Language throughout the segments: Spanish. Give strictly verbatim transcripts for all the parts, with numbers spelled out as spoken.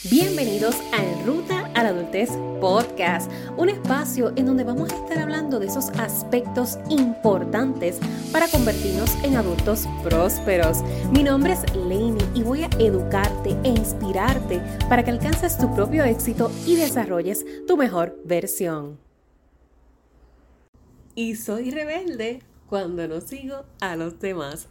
Bienvenidos a En Ruta a la Adultez Podcast, un espacio en donde vamos a estar hablando de esos aspectos importantes para convertirnos en adultos prósperos. Mi nombre es Lainey y voy a educarte e inspirarte para que alcances tu propio éxito y desarrolles tu mejor versión. Y soy rebelde cuando no sigo a los demás.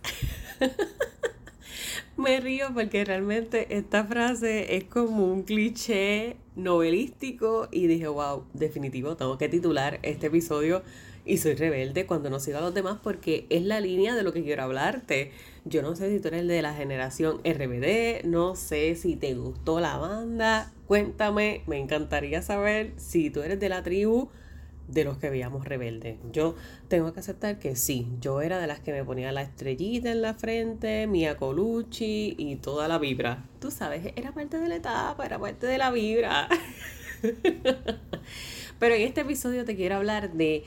Me río porque realmente esta frase es como un cliché novelístico y dije, wow, definitivo, tengo que titular este episodio Y soy rebelde cuando no sigo a los demás porque es la línea de lo que quiero hablarte. Yo no sé si tú eres el de la generación R B D, no sé si te gustó la banda, cuéntame, me encantaría saber si tú eres de la tribu de los que veíamos rebelde. Yo tengo que aceptar que sí, yo era de las que me ponía la estrellita en la frente, Mia Colucci y toda la vibra. Tú sabes, era parte de la etapa, era parte de la vibra. Pero en este episodio te quiero hablar de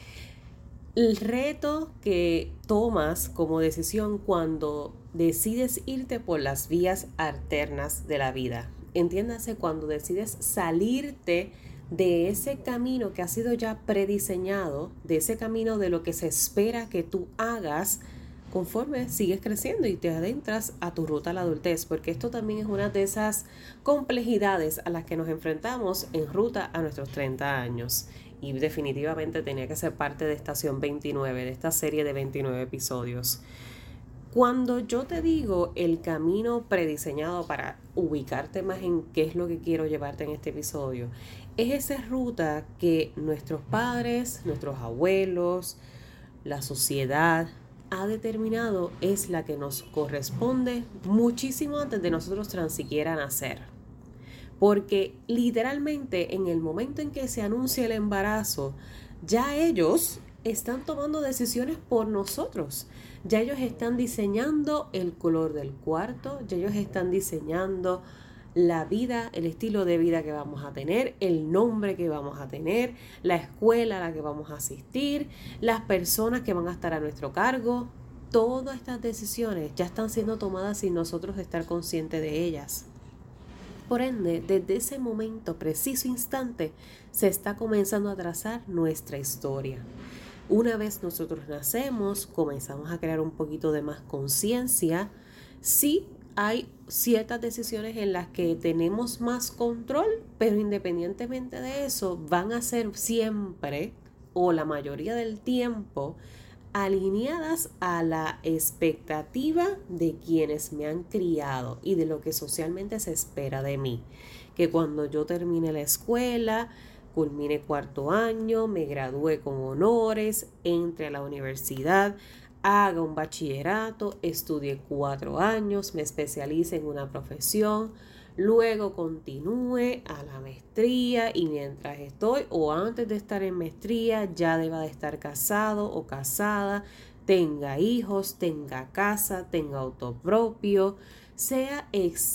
el reto que tomas como decisión cuando decides irte por las vías alternas de la vida. Entiéndase, cuando decides salirte de ese camino que ha sido ya prediseñado, de ese camino de lo que se espera que tú hagas conforme sigues creciendo y te adentras a tu ruta a la adultez, porque esto también es una de esas complejidades a las que nos enfrentamos en ruta a nuestros treinta años. Y definitivamente tenía que ser parte de Estación veintinueve, de esta serie de veintinueve episodios. Cuando yo te digo el camino prediseñado para ubicarte más en qué es lo que quiero llevarte en este episodio, es esa ruta que nuestros padres, nuestros abuelos, la sociedad ha determinado es la que nos corresponde muchísimo antes de nosotros tan siquiera nacer. Porque literalmente en el momento en que se anuncia el embarazo, ya ellos están tomando decisiones por nosotros. Ya ellos están diseñando el color del cuarto, ya ellos están diseñando la vida, el estilo de vida que vamos a tener, el nombre que vamos a tener, la escuela a la que vamos a asistir, las personas que van a estar a nuestro cargo. Todas estas decisiones ya están siendo tomadas sin nosotros estar conscientes de ellas. Por ende, desde ese momento, preciso instante, se está comenzando a trazar nuestra historia. Una vez nosotros nacemos, comenzamos a crear un poquito de más conciencia. Sí, hay ciertas decisiones en las que tenemos más control, pero independientemente de eso, van a ser siempre, o la mayoría del tiempo, alineadas a la expectativa de quienes me han criado y de lo que socialmente se espera de mí. Que cuando yo termine la escuela, culmine cuarto año, me gradúe con honores, entre a la universidad, haga un bachillerato, estudie cuatro años, me especialice en una profesión, luego continúe a la maestría y mientras estoy o antes de estar en maestría ya deba de estar casado o casada, tenga hijos, tenga casa, tenga auto propio, sea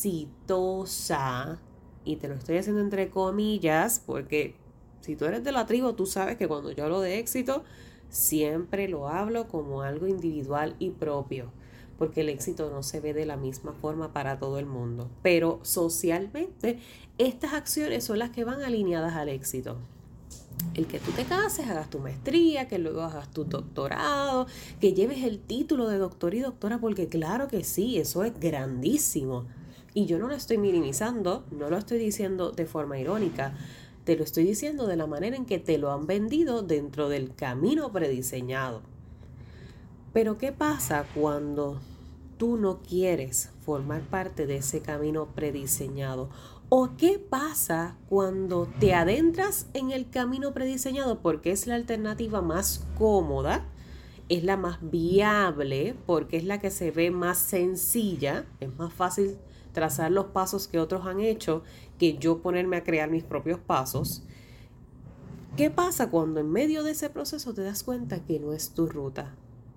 exitosa. Y te lo estoy haciendo entre comillas porque si tú eres de la tribu, tú sabes que cuando yo hablo de éxito, siempre lo hablo como algo individual y propio, porque el éxito no se ve de la misma forma para todo el mundo. Pero socialmente, estas acciones son las que van alineadas al éxito. El que tú te cases, hagas tu maestría, que luego hagas tu doctorado, que lleves el título de doctor y doctora, porque claro que sí, eso es grandísimo. Y yo no lo estoy minimizando, no lo estoy diciendo de forma irónica, te lo estoy diciendo de la manera en que te lo han vendido dentro del camino prediseñado. Pero ¿qué pasa cuando tú no quieres formar parte de ese camino prediseñado? ¿O qué pasa cuando te adentras en el camino prediseñado porque es la alternativa más cómoda, es la más viable, porque es la que se ve más sencilla, es más fácil trazar los pasos que otros han hecho que yo ponerme a crear mis propios pasos? ¿Qué pasa cuando en medio de ese proceso te das cuenta que no es tu ruta?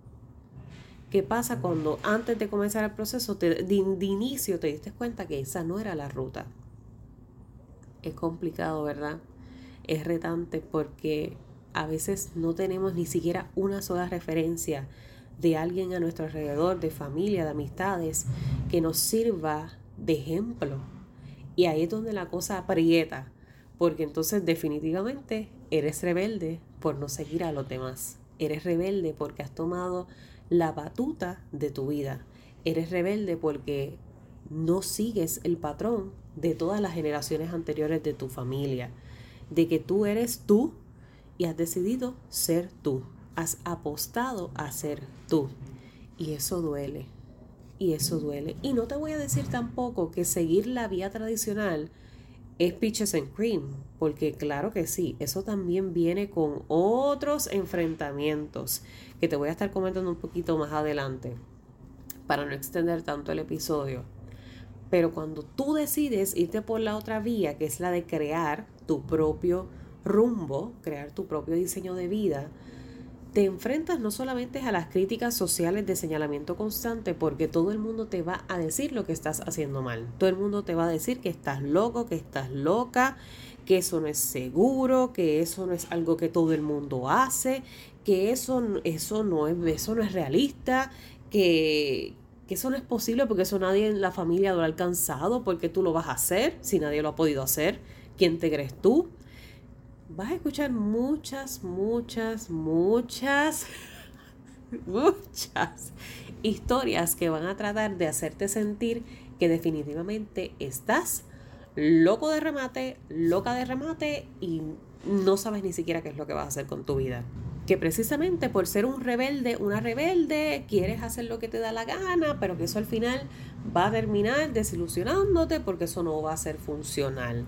¿Qué pasa cuando antes de comenzar el proceso te, de, de inicio te diste cuenta que esa no era la ruta? Es complicado, ¿verdad? Es retante porque a veces no tenemos ni siquiera una sola referencia de alguien a nuestro alrededor, de familia, de amistades, que nos sirva de ejemplo. Y ahí es donde la cosa aprieta, porque entonces definitivamente eres rebelde por no seguir a los demás. Eres rebelde porque has tomado la batuta de tu vida. Eres rebelde porque no sigues el patrón de todas las generaciones anteriores de tu familia, de que tú eres tú y has decidido ser tú. Has apostado a ser tú. Y eso duele. Y eso duele. Y no te voy a decir tampoco que seguir la vía tradicional es peaches and cream, porque claro que sí, eso también viene con otros enfrentamientos que te voy a estar comentando un poquito más adelante para no extender tanto el episodio. Pero cuando tú decides irte por la otra vía, que es la de crear tu propio rumbo, crear tu propio diseño de vida, te enfrentas no solamente a las críticas sociales de señalamiento constante, porque todo el mundo te va a decir lo que estás haciendo mal. Todo el mundo te va a decir que estás loco, que estás loca, que eso no es seguro, que eso no es algo que todo el mundo hace, que eso, eso, no, es, eso no es realista, que, que eso no es posible porque eso nadie en la familia lo ha alcanzado, porque tú lo vas a hacer si nadie lo ha podido hacer. ¿Quién te crees tú? Vas a escuchar muchas, muchas, muchas, muchas historias que van a tratar de hacerte sentir que definitivamente estás loco de remate, loca de remate y no sabes ni siquiera qué es lo que vas a hacer con tu vida. Que precisamente por ser un rebelde, una rebelde, quieres hacer lo que te da la gana, pero que eso al final va a terminar desilusionándote porque eso no va a ser funcional.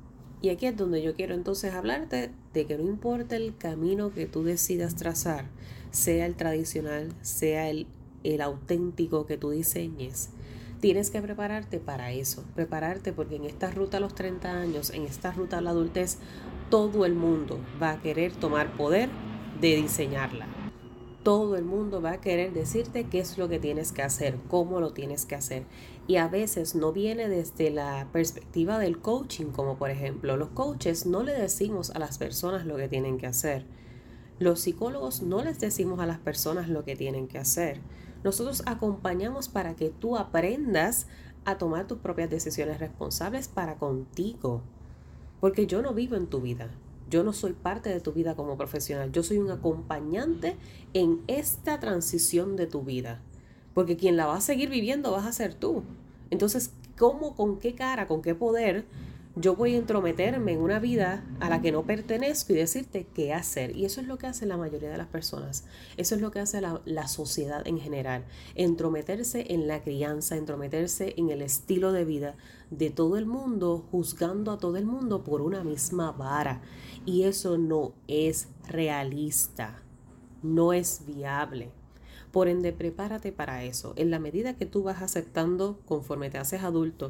Y aquí es donde yo quiero entonces hablarte de que no importa el camino que tú decidas trazar, sea el tradicional, sea el, el auténtico que tú diseñes, tienes que prepararte para eso, prepararte porque en esta ruta a los treinta años, en esta ruta a la adultez, todo el mundo va a querer tomar poder de diseñarla. Todo el mundo va a querer decirte qué es lo que tienes que hacer, cómo lo tienes que hacer. Y a veces no viene desde la perspectiva del coaching, como por ejemplo, los coaches no le decimos a las personas lo que tienen que hacer. Los psicólogos no les decimos a las personas lo que tienen que hacer. Nosotros acompañamos para que tú aprendas a tomar tus propias decisiones responsables para contigo. Porque yo no vivo en tu vida. Yo no soy parte de tu vida como profesional. Yo soy un acompañante en esta transición de tu vida. Porque quien la va a seguir viviendo vas a ser tú. Entonces, ¿cómo, con qué cara, con qué poder yo voy a entrometerme en una vida a la que no pertenezco y decirte qué hacer? Y eso es lo que hace la mayoría de las personas. Eso es lo que hace la, la sociedad en general. Entrometerse en la crianza, entrometerse en el estilo de vida de todo el mundo, juzgando a todo el mundo por una misma vara. Y eso no es realista, no es viable. Por ende, prepárate para eso. En la medida que tú vas aceptando, conforme te haces adulto,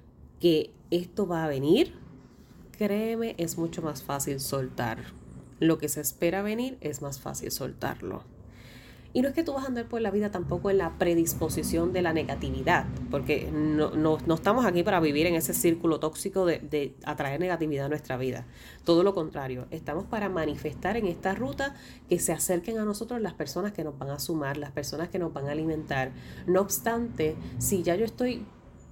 que esto va a venir, créeme, es mucho más fácil soltar. Lo que se espera venir es más fácil soltarlo. Y no es que tú vas a andar por la vida tampoco en la predisposición de la negatividad, porque no, no, no estamos aquí para vivir en ese círculo tóxico de, de atraer negatividad a nuestra vida. Todo lo contrario, estamos para manifestar en esta ruta que se acerquen a nosotros las personas que nos van a sumar, las personas que nos van a alimentar. No obstante, si ya yo estoy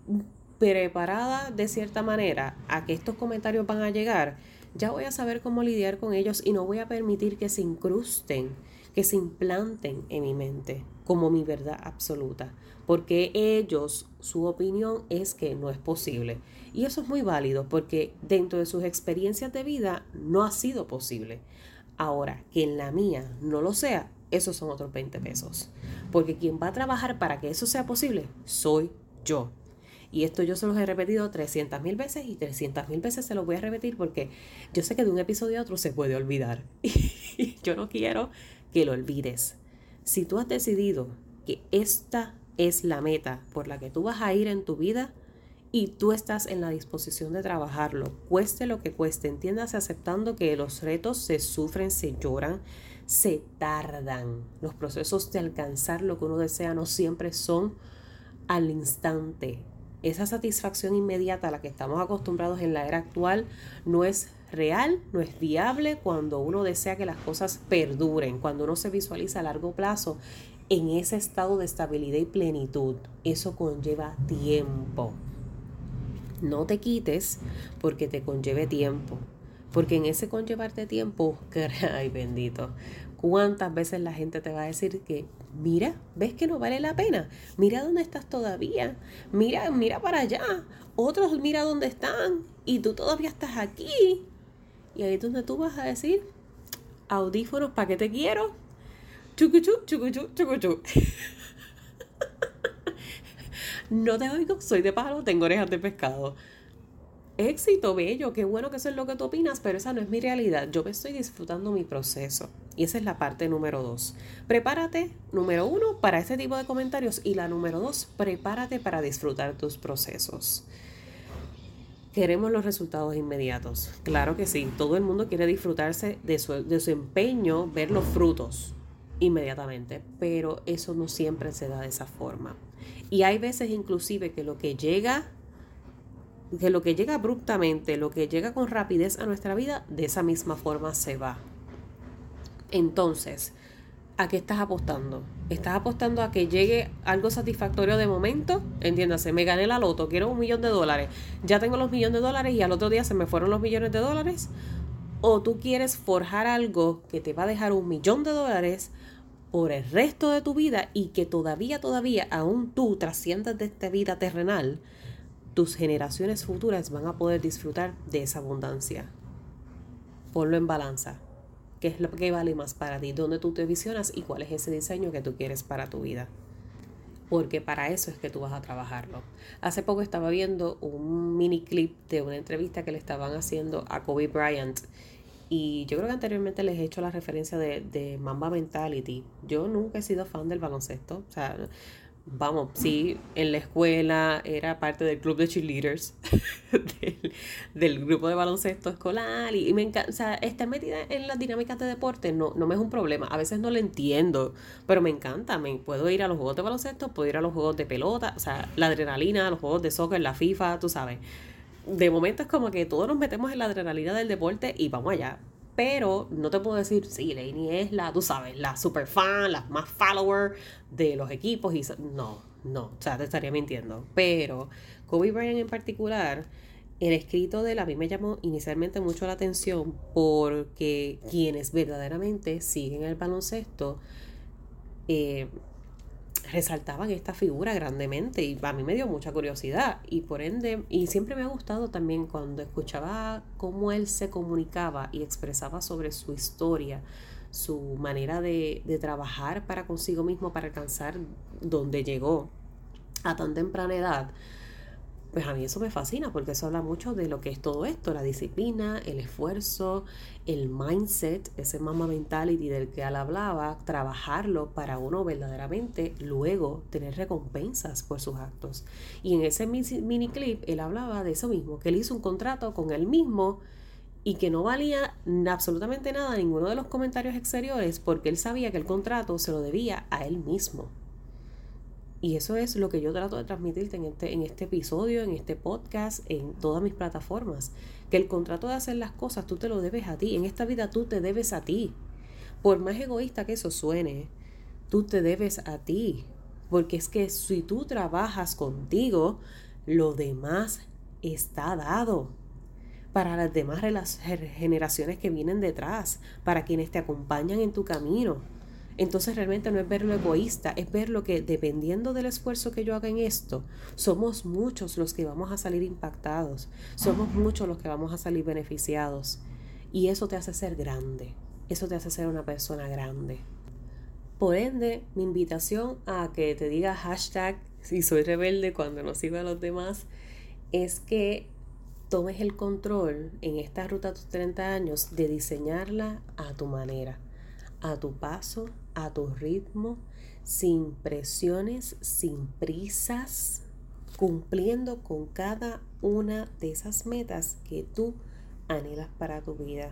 preparada de cierta manera a que estos comentarios van a llegar, ya voy a saber cómo lidiar con ellos y no voy a permitir que se incrusten, que se implanten en mi mente como mi verdad absoluta, porque ellos, su opinión es que no es posible. Y eso es muy válido porque dentro de sus experiencias de vida no ha sido posible. Ahora, que en la mía no lo sea, esos son otros veinte pesos. Porque quien va a trabajar para que eso sea posible, soy yo. Y esto yo se los he repetido trescientas mil veces y trescientas mil veces se los voy a repetir porque yo sé que de un episodio a otro se puede olvidar. Y yo no quiero que lo olvides. Si tú has decidido que esta es la meta por la que tú vas a ir en tu vida y tú estás en la disposición de trabajarlo, cueste lo que cueste, entiéndase aceptando que los retos se sufren, se lloran, se tardan. Los procesos de alcanzar lo que uno desea no siempre son al instante. Esa satisfacción inmediata a la que estamos acostumbrados en la era actual no es real, no es viable cuando uno desea que las cosas perduren, cuando uno se visualiza a largo plazo en ese estado de estabilidad y plenitud. Eso conlleva tiempo. No te quites porque te conlleve tiempo. Porque en ese conllevarte tiempo, ay bendito, ¿cuántas veces la gente te va a decir que, mira, ves que no vale la pena? Mira dónde estás todavía. Mira, mira para allá. Otros mira dónde están y tú todavía estás aquí. Y ahí es donde tú vas a decir, audífonos, ¿para qué te quiero? Chucuchú, chucuchú, chucuchú. No te oigo, soy de pájaro, tengo orejas de pescado. Éxito, bello, qué bueno que eso es lo que tú opinas, pero esa no es mi realidad. Yo me estoy disfrutando mi proceso. Y esa es la parte número dos. Prepárate, número uno, para este tipo de comentarios. Y la número dos, prepárate para disfrutar tus procesos. Queremos los resultados inmediatos. Claro que sí, todo el mundo quiere disfrutarse de su, de su empeño, ver los frutos inmediatamente, pero eso no siempre se da de esa forma. Y hay veces inclusive que lo que llega, que lo que llega abruptamente, lo que llega con rapidez a nuestra vida, de esa misma forma se va. Entonces, ¿a qué estás apostando? ¿Estás apostando a que llegue algo satisfactorio de momento? Entiéndase, me gané la loto, quiero un millón de dólares. Ya tengo los millones de dólares y al otro día se me fueron los millones de dólares. ¿O tú quieres forjar algo que te va a dejar un millón de dólares por el resto de tu vida y que todavía, todavía, aún tú trasciendas de esta vida terrenal, tus generaciones futuras van a poder disfrutar de esa abundancia? Ponlo en balanza. ¿Qué es lo que vale más para ti? ¿Dónde tú te visionas y cuál es ese diseño que tú quieres para tu vida? Porque para eso es que tú vas a trabajarlo. Hace poco estaba viendo un mini clip de una entrevista que le estaban haciendo a Kobe Bryant. Y yo creo que anteriormente les he hecho la referencia de, de Mamba Mentality. Yo nunca he sido fan del baloncesto. O sea, vamos, sí, en la escuela era parte del club de cheerleaders, del, del grupo de baloncesto escolar. Y, y me encanta, o sea, estar metida en las dinámicas de deporte no, no me es un problema. A veces no lo entiendo, pero me encanta. Me puedo ir a los juegos de baloncesto, puedo ir a los juegos de pelota, o sea, la adrenalina, los juegos de soccer, la FIFA, tú sabes. De momento es como que todos nos metemos en la adrenalina del deporte y vamos allá. Pero no te puedo decir, sí, Lainey es la, tú sabes, la super fan, la más follower de los equipos. Y no, no, o sea, te estaría mintiendo. Pero Kobe Bryant en particular, el escrito de él a mí me llamó inicialmente mucho la atención porque quienes verdaderamente siguen el baloncesto eh, resaltaban esta figura grandemente y a mí me dio mucha curiosidad y por ende, y siempre me ha gustado también cuando escuchaba cómo él se comunicaba y expresaba sobre su historia, su manera de, de trabajar para consigo mismo para alcanzar donde llegó a tan temprana edad. Pues a mí eso me fascina porque eso habla mucho de lo que es todo esto, la disciplina, el esfuerzo, el mindset, ese Mamba Mentality del que él hablaba, trabajarlo para uno verdaderamente luego tener recompensas por sus actos. Y en ese mini clip él hablaba de eso mismo, que él hizo un contrato con él mismo y que no valía absolutamente nada ninguno de los comentarios exteriores porque él sabía que el contrato se lo debía a él mismo. Y eso es lo que yo trato de transmitirte en este, en este episodio, en este podcast, en todas mis plataformas. Que el contrato de hacer las cosas tú te lo debes a ti. En esta vida tú te debes a ti. Por más egoísta que eso suene, tú te debes a ti. Porque es que si tú trabajas contigo, lo demás está dado. Para las demás generaciones que vienen detrás, para quienes te acompañan en tu camino. Entonces realmente no es ver lo egoísta, es ver lo que dependiendo del esfuerzo que yo haga en esto, somos muchos los que vamos a salir impactados, somos muchos los que vamos a salir beneficiados. Y eso te hace ser grande, eso te hace ser una persona grande. Por ende, mi invitación a que te diga hashtag si soy rebelde cuando no sigo a los demás, es que tomes el control en esta ruta de tus treinta años de diseñarla a tu manera, a tu paso, a tu ritmo, sin presiones, sin prisas, cumpliendo con cada una de esas metas que tú anhelas para tu vida.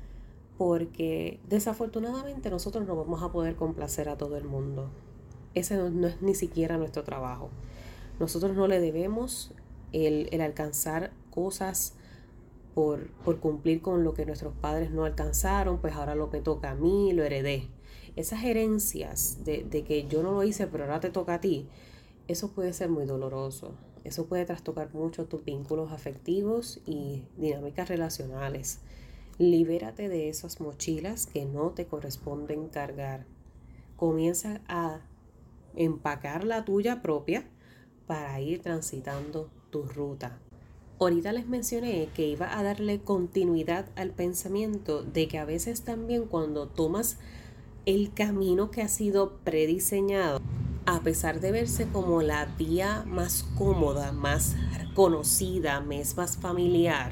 Porque desafortunadamente nosotros no vamos a poder complacer a todo el mundo. Ese no, no es ni siquiera nuestro trabajo. Nosotros no le debemos el, el alcanzar cosas Por, por cumplir con lo que nuestros padres no alcanzaron, pues ahora lo que toca a mí, lo heredé. Esas herencias de, de que yo no lo hice, pero ahora te toca a ti, eso puede ser muy doloroso. Eso puede trastocar mucho tus vínculos afectivos y dinámicas relacionales. Libérate de esas mochilas que no te corresponden cargar. Comienza a empacar la tuya propia para ir transitando tu ruta. Ahorita les mencioné que iba a darle continuidad al pensamiento de que a veces también cuando tomas el camino que ha sido prediseñado, a pesar de verse como la vía más cómoda, más conocida, más, más familiar,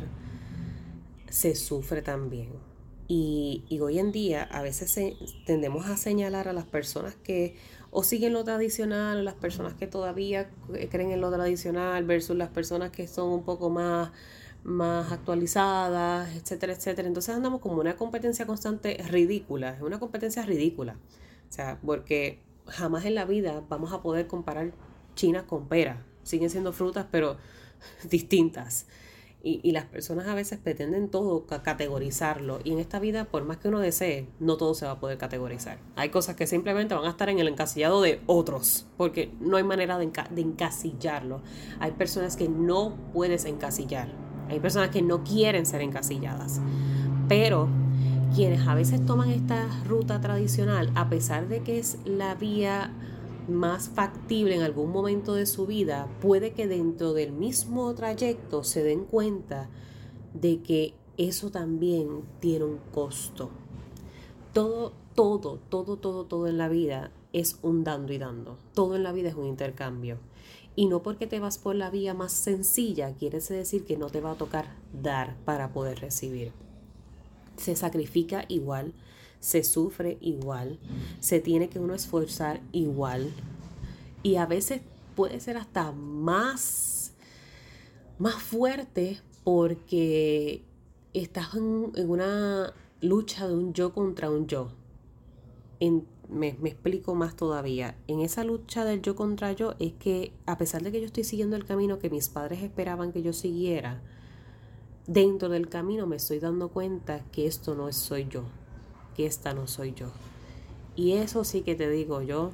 se sufre también. Y, y hoy en día a veces se, tendemos a señalar a las personas que o siguen lo tradicional, o las personas que todavía creen en lo tradicional versus las personas que son un poco más, más actualizadas, etcétera, etcétera. Entonces andamos como una competencia constante ridícula, es una competencia ridícula. O sea, porque jamás en la vida vamos a poder comparar China con pera. Siguen siendo frutas, pero distintas. Y, y las personas a veces pretenden todo categorizarlo. Y en esta vida, por más que uno desee, no todo se va a poder categorizar. Hay cosas que simplemente van a estar en el encasillado de otros, porque no hay manera de, enca- de encasillarlo. Hay personas que no puedes encasillar. Hay personas que no quieren ser encasilladas. Pero quienes a veces toman esta ruta tradicional, a pesar de que es la vía más factible en algún momento de su vida, puede que dentro del mismo trayecto se den cuenta de que eso también tiene un costo. Todo, todo, todo, todo, todo en la vida es un dando y dando. Todo en la vida es un intercambio. Y no porque te vas por la vía más sencilla, quiere decir que no te va a tocar dar para poder recibir. Se sacrifica igual, se sufre igual, se tiene que uno esforzar igual y a veces puede ser hasta más, más fuerte porque estás en, en una lucha de un yo contra un yo. En, me, me explico más todavía. En esa lucha del yo contra yo es que a pesar de que yo estoy siguiendo el camino que mis padres esperaban que yo siguiera, dentro del camino me estoy dando cuenta que esto no soy yo, que esta no soy yo. Y eso sí que te digo yo,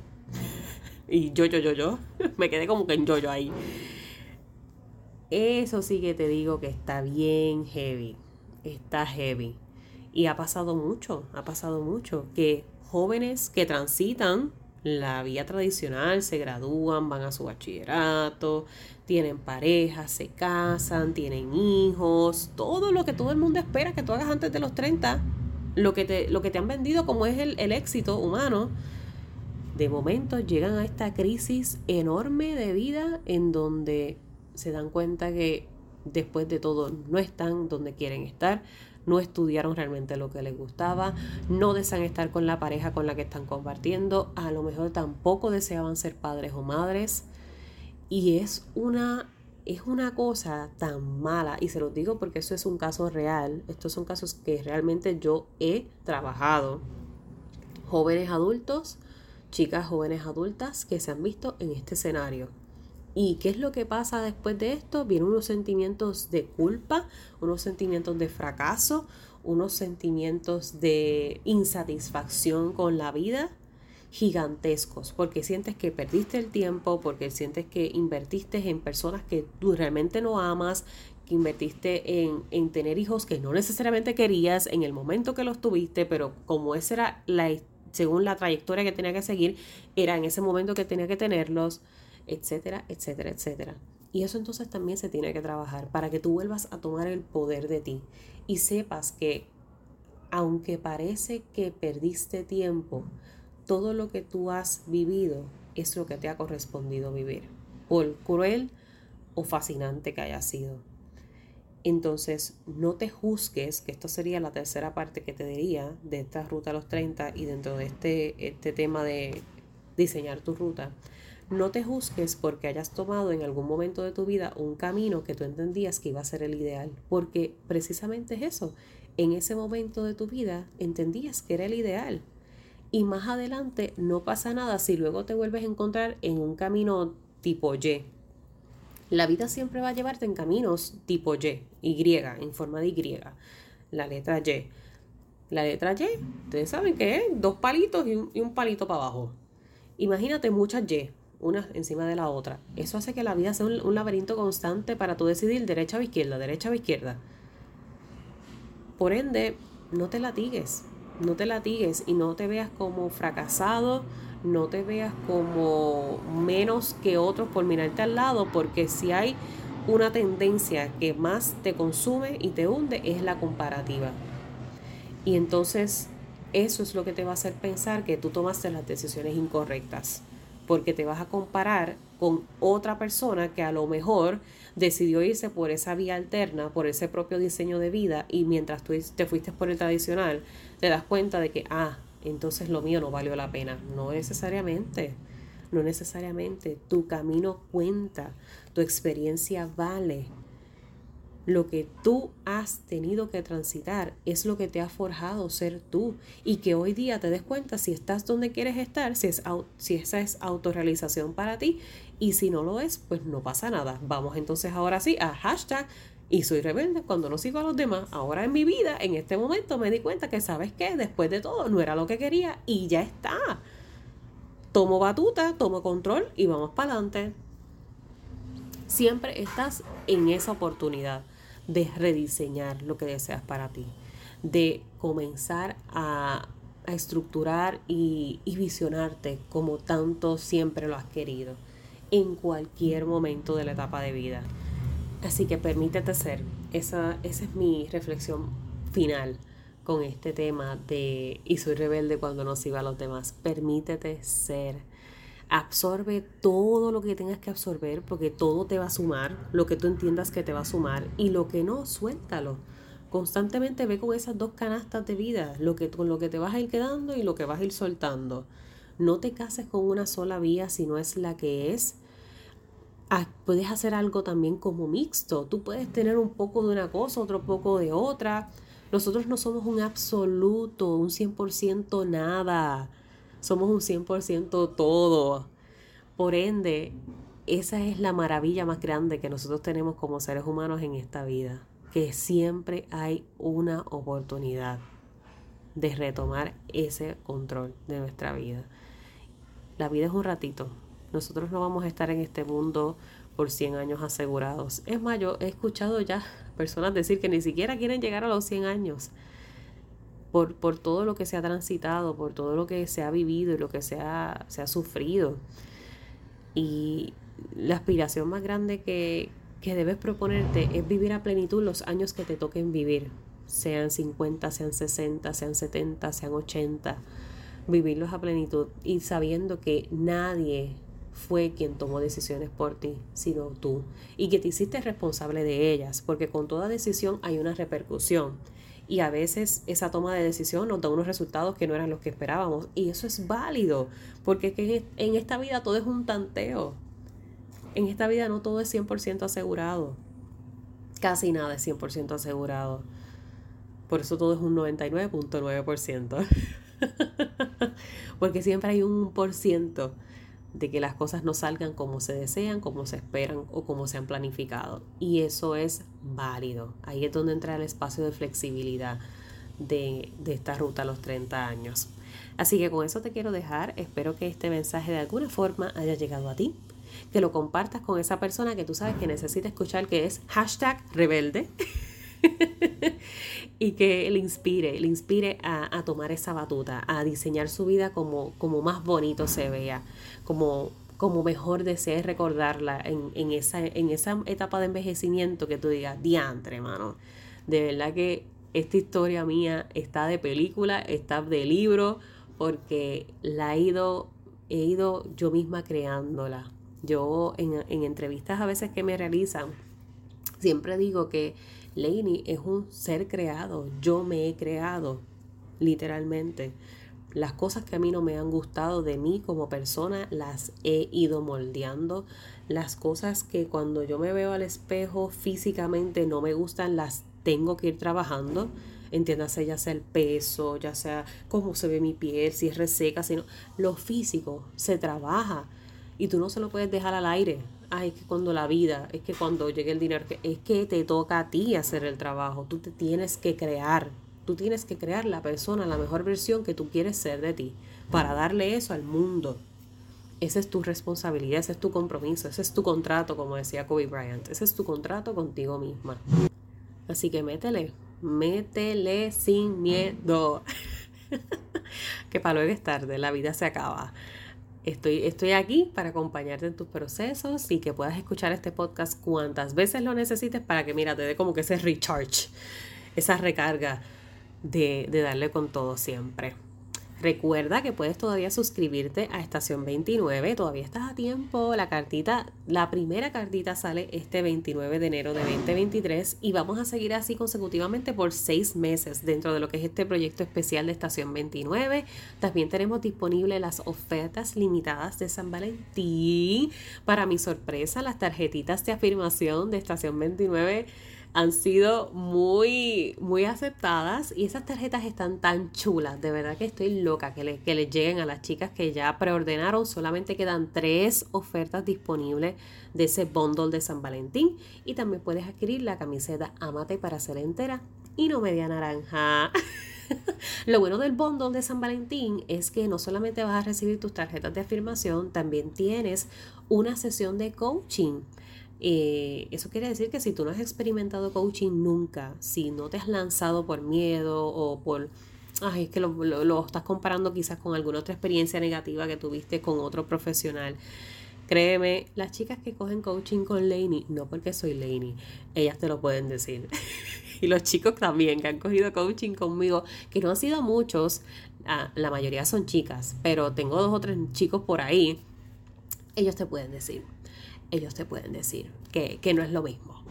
y yo, yo, yo, yo, me quedé como que en yo, yo ahí. Eso sí que te digo que está bien heavy, está heavy. Y ha pasado mucho, ha pasado mucho, que jóvenes que transitan la vía tradicional, se gradúan, van a su bachillerato, tienen pareja, se casan, tienen hijos, todo lo que todo el mundo espera que tú hagas antes de los treinta, lo que te, lo que te han vendido como es el, el éxito humano, de momento llegan a esta crisis enorme de vida en donde se dan cuenta que después de todo no están donde quieren estar, no estudiaron realmente lo que les gustaba, no desean estar con la pareja con la que están compartiendo, a lo mejor tampoco deseaban ser padres o madres y es una, es una cosa tan mala y se los digo porque eso es un caso real, estos son casos que realmente yo he trabajado, jóvenes adultos, chicas jóvenes adultas que se han visto en este escenario. ¿Y qué es lo que pasa después de esto? Vienen unos sentimientos de culpa, unos sentimientos de fracaso, unos sentimientos de insatisfacción con la vida gigantescos, porque sientes que perdiste el tiempo, porque sientes que invertiste en personas que tú realmente no amas, que invertiste en, en tener hijos que no necesariamente querías en el momento que los tuviste, pero como esa era la, según la trayectoria que tenía que seguir, era en ese momento que tenía que tenerlos, etcétera, etcétera, etcétera. Y eso entonces también se tiene que trabajar para que tú vuelvas a tomar el poder de ti y sepas que aunque parece que perdiste tiempo, todo lo que tú has vivido es lo que te ha correspondido vivir, por cruel o fascinante que haya sido. Entonces, no te juzgues, que esto sería la tercera parte que te diría de esta ruta a los treinta y dentro de este, este tema de diseñar tu ruta. No te juzgues porque hayas tomado en algún momento de tu vida un camino que tú entendías que iba a ser el ideal, porque precisamente es eso. En ese momento de tu vida entendías que era el ideal. Y más adelante no pasa nada si luego te vuelves a encontrar en un camino tipo Y. La vida siempre va a llevarte en caminos tipo Y, Y, en forma de Y. La letra Y. La letra Y, ustedes saben que es dos palitos y un, y un palito para abajo. Imagínate muchas Y. una encima de la otra. Eso hace que la vida sea un, un laberinto constante para tú decidir derecha o izquierda, derecha o izquierda. Por ende, no te latigues, no te latigues y no te veas como fracasado, no te veas como menos que otros por mirarte al lado, porque si hay una tendencia que más te consume y te hunde es la comparativa. Y entonces eso es lo que te va a hacer pensar que tú tomaste las decisiones incorrectas, porque te vas a comparar con otra persona que a lo mejor decidió irse por esa vía alterna, por ese propio diseño de vida, y mientras tú te fuiste por el tradicional, te das cuenta de que, ah, entonces lo mío no valió la pena. No necesariamente, no necesariamente. Tu camino cuenta, tu experiencia vale. Lo que tú has tenido que transitar es lo que te ha forjado ser tú, y que hoy día te des cuenta si estás donde quieres estar, si, es, si esa es autorrealización para ti, y si no lo es, pues no pasa nada. Vamos entonces ahora sí a hashtag y soy rebelde cuando no sigo a los demás. Ahora en mi vida, en este momento me di cuenta que, ¿sabes qué? Después de todo no era lo que quería y ya está. Tomo batuta, tomo control y vamos para adelante. Siempre estás en esa oportunidad de rediseñar lo que deseas para ti, de comenzar a, a estructurar y, y visionarte como tanto siempre lo has querido, en cualquier momento de la etapa de vida. Así que permítete ser. Esa, esa es mi reflexión final con este tema de y soy rebelde cuando no sigo a los demás. Permítete ser. Absorbe todo lo que tengas que absorber, porque todo te va a sumar, lo que tú entiendas que te va a sumar, y lo que no, suéltalo. Constantemente ve con esas dos canastas de vida, lo que, con lo que te vas a ir quedando y lo que vas a ir soltando. No te cases con una sola vía si no es la que es. Ah, puedes hacer algo también como mixto. Tú puedes tener un poco de una cosa, otro poco de otra. Nosotros no somos un absoluto, un cien por ciento nada. Somos un cien por ciento todo. Por ende, esa es la maravilla más grande que nosotros tenemos como seres humanos en esta vida. Que siempre hay una oportunidad de retomar ese control de nuestra vida. La vida es un ratito. Nosotros no vamos a estar en este mundo por cien años asegurados. Es más, yo he escuchado ya personas decir que ni siquiera quieren llegar a los cien años. Por, por todo lo que se ha transitado, por todo lo que se ha vivido y lo que se ha, se ha sufrido. Y la aspiración más grande que, que debes proponerte es vivir a plenitud los años que te toquen vivir. Sean cincuenta, sean sesenta, sean setenta, sean ochenta. Vivirlos a plenitud y sabiendo que nadie fue quien tomó decisiones por ti, sino tú. Y que te hiciste responsable de ellas, porque con toda decisión hay una repercusión. Y a veces esa toma de decisión nos da unos resultados que no eran los que esperábamos. Y eso es válido, porque en esta vida todo es un tanteo. En esta vida no todo es cien por ciento asegurado. Casi nada es cien por ciento asegurado. Por eso todo es un noventa y nueve punto nueve por ciento. Porque siempre hay un por ciento de que las cosas no salgan como se desean, como se esperan o como se han planificado. Y eso es válido. Ahí es donde entra el espacio de flexibilidad de, de esta ruta a los treinta años. Así que con eso te quiero dejar. Espero que este mensaje de alguna forma haya llegado a ti. Que lo compartas con esa persona que tú sabes que necesita escuchar, que es hashtag rebelde. Y que le inspire, le inspire a, a tomar esa batuta, a diseñar su vida como, como más bonito se vea, como, como mejor desees recordarla en, en, esa, en esa etapa de envejecimiento, que tú digas, diantre, mano, de verdad que esta historia mía está de película, está de libro, porque la he ido, he ido yo misma creándola. Yo en, en entrevistas a veces que me realizan, siempre digo que Lainey es un ser creado. Yo me he creado, literalmente. Las cosas que a mí no me han gustado de mí como persona, las he ido moldeando. Las cosas que cuando yo me veo al espejo físicamente no me gustan, las tengo que ir trabajando. Entiéndase, ya sea el peso, ya sea cómo se ve mi piel, si es reseca, si no. Lo físico se trabaja y tú no se lo puedes dejar al aire. Ay, es que cuando la vida, es que cuando llegue el dinero, es que te toca a ti hacer el trabajo. Tú te tienes que crear. Tú tienes que crear la persona, la mejor versión que tú quieres ser de ti, para darle eso al mundo. esa es tu responsabilidad, ese es tu compromiso, ese es tu contrato, como decía Kobe Bryant. Ese es tu contrato contigo misma. Así que métele, métele sin miedo. Que para luego es tarde, la vida se acaba. Estoy, estoy aquí para acompañarte en tus procesos y que puedas escuchar este podcast cuantas veces lo necesites para que, mira, te dé como que ese recharge, esa recarga de, de darle con todo siempre. Recuerda que puedes todavía suscribirte a Estación veintinueve, todavía estás a tiempo. La cartita, la primera cartita sale este veintinueve de enero de veinte veintitrés y vamos a seguir así consecutivamente por seis meses dentro de lo que es este proyecto especial de Estación veintinueve. También tenemos disponibles las ofertas limitadas de San Valentín. Para mi sorpresa, las tarjetitas de afirmación de Estación veintinueve han sido muy, muy aceptadas y esas tarjetas están tan chulas, de verdad que estoy loca que, le, que les lleguen a las chicas que ya preordenaron. Solamente quedan tres ofertas disponibles de ese bundle de San Valentín y también puedes adquirir la camiseta Ámate para ser entera y no media naranja. Lo bueno del bundle de San Valentín es que no solamente vas a recibir tus tarjetas de afirmación, también tienes una sesión de coaching. Eh, eso quiere decir que si tú no has experimentado coaching nunca, si no te has lanzado por miedo o por, ay, es que lo, lo, lo estás comparando quizás con alguna otra experiencia negativa que tuviste con otro profesional, créeme, las chicas que cogen coaching con Lainey, no porque soy Lainey, ellas te lo pueden decir. Y los chicos también que han cogido coaching conmigo, que no han sido muchos, ah, la mayoría son chicas, pero tengo dos o tres chicos por ahí, ellos te pueden decir. Ellos te pueden decir que, que no es lo mismo.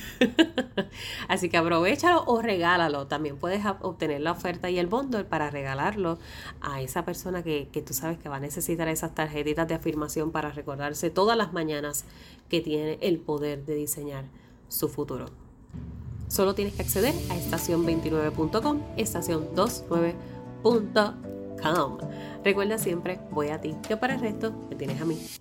Así que aprovéchalo o regálalo. También puedes obtener la oferta y el bundle para regalarlo a esa persona que, que tú sabes que va a necesitar esas tarjetitas de afirmación para recordarse todas las mañanas que tiene el poder de diseñar su futuro. Solo tienes que acceder a estación veintinueve punto com, estación veintinueve punto com. Recuerda siempre, voy a ti, que para el resto me tienes a mí.